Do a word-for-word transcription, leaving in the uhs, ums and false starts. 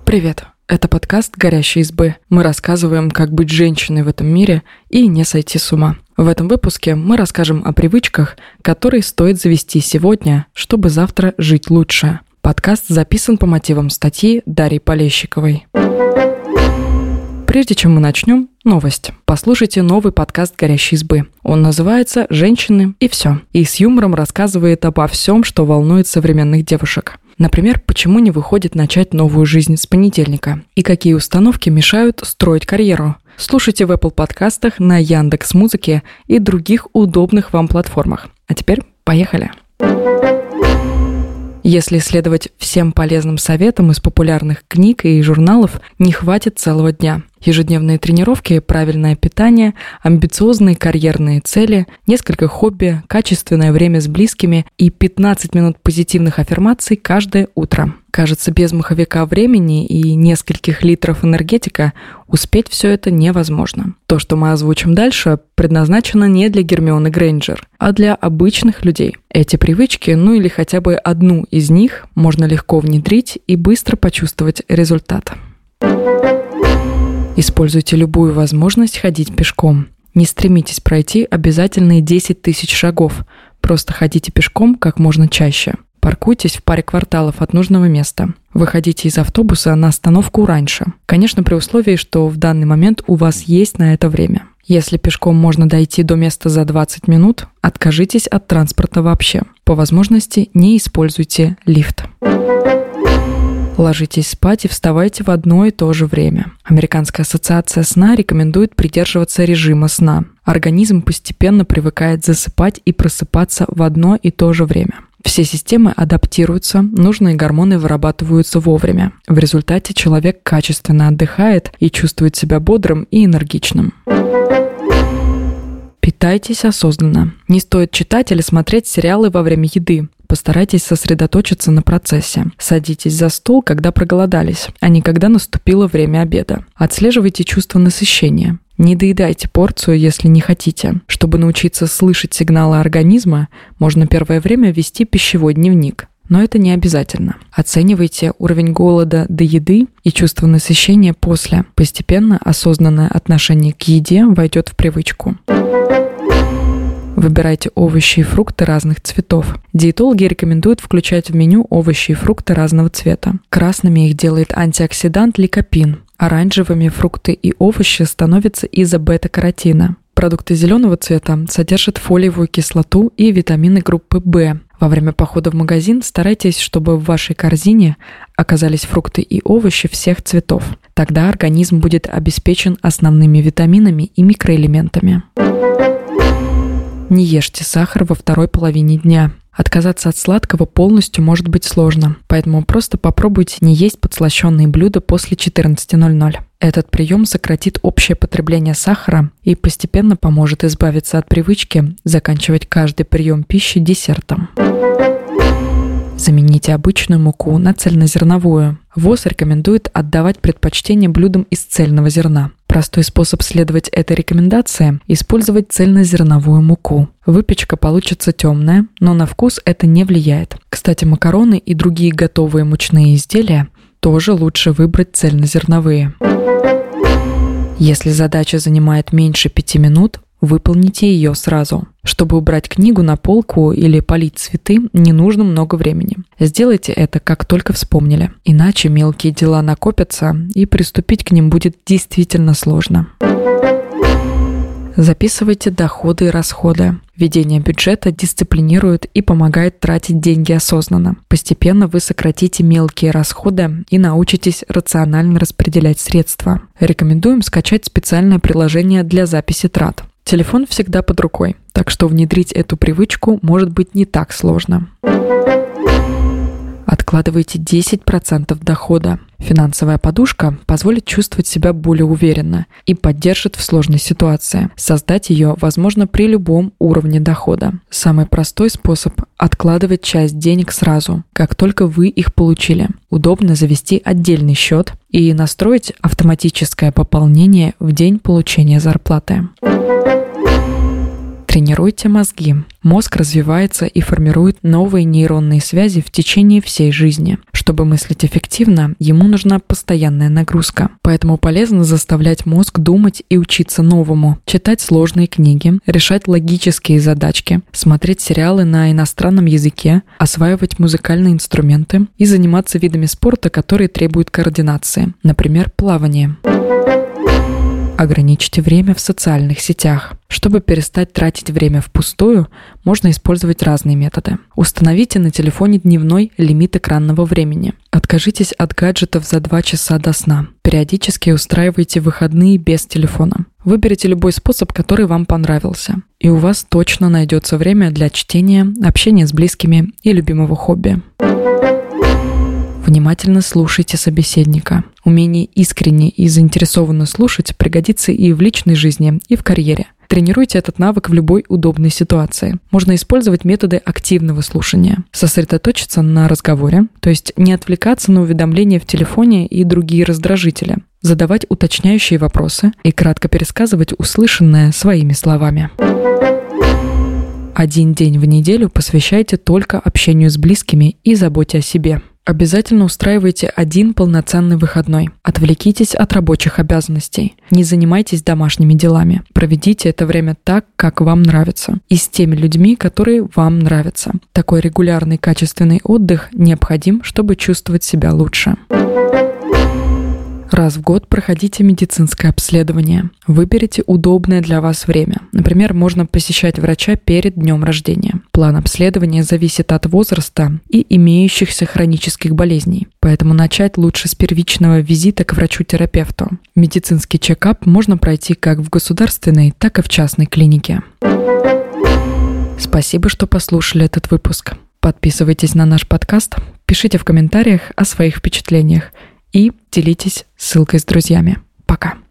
Привет! Это подкаст «Горящие избы». Мы рассказываем, как быть женщиной в этом мире и не сойти с ума. В этом выпуске мы расскажем о привычках, которые стоит завести сегодня, чтобы завтра жить лучше. Подкаст записан по мотивам статьи Дарьи Полещиковой. Прежде чем мы начнем, новость. Послушайте новый подкаст «Горящие избы». Он называется «Женщины и все». И с юмором рассказывает обо всем, что волнует современных девушек. Например, почему не выходит начать новую жизнь с понедельника? И какие установки мешают строить карьеру? Слушайте в Apple подкастах, на Яндекс.Музыке и других удобных вам платформах. А теперь поехали! Если следовать всем полезным советам из популярных книг и журналов, не хватит целого дня. Ежедневные тренировки, правильное питание, амбициозные карьерные цели, несколько хобби, качественное время с близкими и пятнадцать минут позитивных аффирмаций каждое утро. Кажется, без маховика времени и нескольких литров энергетика успеть все это невозможно. То, что мы озвучим дальше, предназначено не для Гермионы Грейнджер, а для обычных людей. Эти привычки, ну или хотя бы одну из них, можно легко внедрить и быстро почувствовать результат. Используйте любую возможность ходить пешком. Не стремитесь пройти обязательные десять тысяч шагов. Просто ходите пешком как можно чаще. Паркуйтесь в паре кварталов от нужного места. Выходите из автобуса на остановку раньше. Конечно, при условии, что в данный момент у вас есть на это время. Если пешком можно дойти до места за двадцать минут, откажитесь от транспорта вообще. По возможности не используйте лифт. Ложитесь спать и вставайте в одно и то же время. Американская ассоциация сна рекомендует придерживаться режима сна. Организм постепенно привыкает засыпать и просыпаться в одно и то же время. Все системы адаптируются, нужные гормоны вырабатываются вовремя. В результате человек качественно отдыхает и чувствует себя бодрым и энергичным. Питайтесь осознанно. Не стоит читать или смотреть сериалы во время еды. Постарайтесь сосредоточиться на процессе. Садитесь за стол, когда проголодались, а не когда наступило время обеда. Отслеживайте чувство насыщения. Не доедайте порцию, если не хотите. Чтобы научиться слышать сигналы организма, можно первое время вести пищевой дневник. Но это не обязательно. Оценивайте уровень голода до еды и чувство насыщения после. Постепенно осознанное отношение к еде войдет в привычку. Выбирайте овощи и фрукты разных цветов. Диетологи рекомендуют включать в меню овощи и фрукты разного цвета. Красными их делает антиоксидант ликопин. Оранжевыми фрукты и овощи становятся из-за бета-каротина. Продукты зеленого цвета содержат фолиевую кислоту и витамины группы В. Во время похода в магазин старайтесь, чтобы в вашей корзине оказались фрукты и овощи всех цветов. Тогда организм будет обеспечен основными витаминами и микроэлементами. Не ешьте сахар во второй половине дня. Отказаться от сладкого полностью может быть сложно, поэтому просто попробуйте не есть подслащенные блюда после четырнадцати ноль-ноль. Этот прием сократит общее потребление сахара и постепенно поможет избавиться от привычки заканчивать каждый прием пищи десертом. Замените обычную муку на цельнозерновую. ВОЗ рекомендует отдавать предпочтение блюдам из цельного зерна. Простой способ следовать этой рекомендации – использовать цельнозерновую муку. Выпечка получится темная, но на вкус это не влияет. Кстати, макароны и другие готовые мучные изделия тоже лучше выбрать цельнозерновые. Если задача занимает меньше пяти минут, выполните ее сразу. Чтобы убрать книгу на полку или полить цветы, не нужно много времени. Сделайте это, как только вспомнили. Иначе мелкие дела накопятся, и приступить к ним будет действительно сложно. Записывайте доходы и расходы. Ведение бюджета дисциплинирует и помогает тратить деньги осознанно. Постепенно вы сократите мелкие расходы и научитесь рационально распределять средства. Рекомендуем скачать специальное приложение для записи трат. Телефон всегда под рукой, так что внедрить эту привычку может быть не так сложно. Откладывайте десять процентов дохода. Финансовая подушка позволит чувствовать себя более уверенно и поддержит в сложной ситуации. Создать ее возможно при любом уровне дохода. Самый простой способ – откладывать часть денег сразу, как только вы их получили. Удобно завести отдельный счет и настроить автоматическое пополнение в день получения зарплаты. Тренируйте мозги. Мозг развивается и формирует новые нейронные связи в течение всей жизни. Чтобы мыслить эффективно, ему нужна постоянная нагрузка. Поэтому полезно заставлять мозг думать и учиться новому, читать сложные книги, решать логические задачки, смотреть сериалы на иностранном языке, осваивать музыкальные инструменты и заниматься видами спорта, которые требуют координации, например, плавание. Ограничьте время в социальных сетях. Чтобы перестать тратить время впустую, можно использовать разные методы. Установите на телефоне дневной лимит экранного времени. Откажитесь от гаджетов за два часа до сна. Периодически устраивайте выходные без телефона. Выберите любой способ, который вам понравился. И у вас точно найдется время для чтения, общения с близкими и любимого хобби. Внимательно слушайте собеседника. Умение искренне и заинтересованно слушать пригодится и в личной жизни, и в карьере. Тренируйте этот навык в любой удобной ситуации. Можно использовать методы активного слушания. Сосредоточиться на разговоре, то есть не отвлекаться на уведомления в телефоне и другие раздражители. Задавать уточняющие вопросы и кратко пересказывать услышанное своими словами. Один день в неделю посвящайте только общению с близкими и заботе о себе. Обязательно устраивайте один полноценный выходной. Отвлекитесь от рабочих обязанностей. Не занимайтесь домашними делами. Проведите это время так, как вам нравится. И с теми людьми, которые вам нравятся. Такой регулярный качественный отдых необходим, чтобы чувствовать себя лучше. Раз в год проходите медицинское обследование. Выберите удобное для вас время. Например, можно посещать врача перед днем рождения. План обследования зависит от возраста и имеющихся хронических болезней. Поэтому начать лучше с первичного визита к врачу-терапевту. Медицинский чекап можно пройти как в государственной, так и в частной клинике. Спасибо, что послушали этот выпуск. Подписывайтесь на наш подкаст, пишите в комментариях о своих впечатлениях и делитесь ссылкой с друзьями. Пока!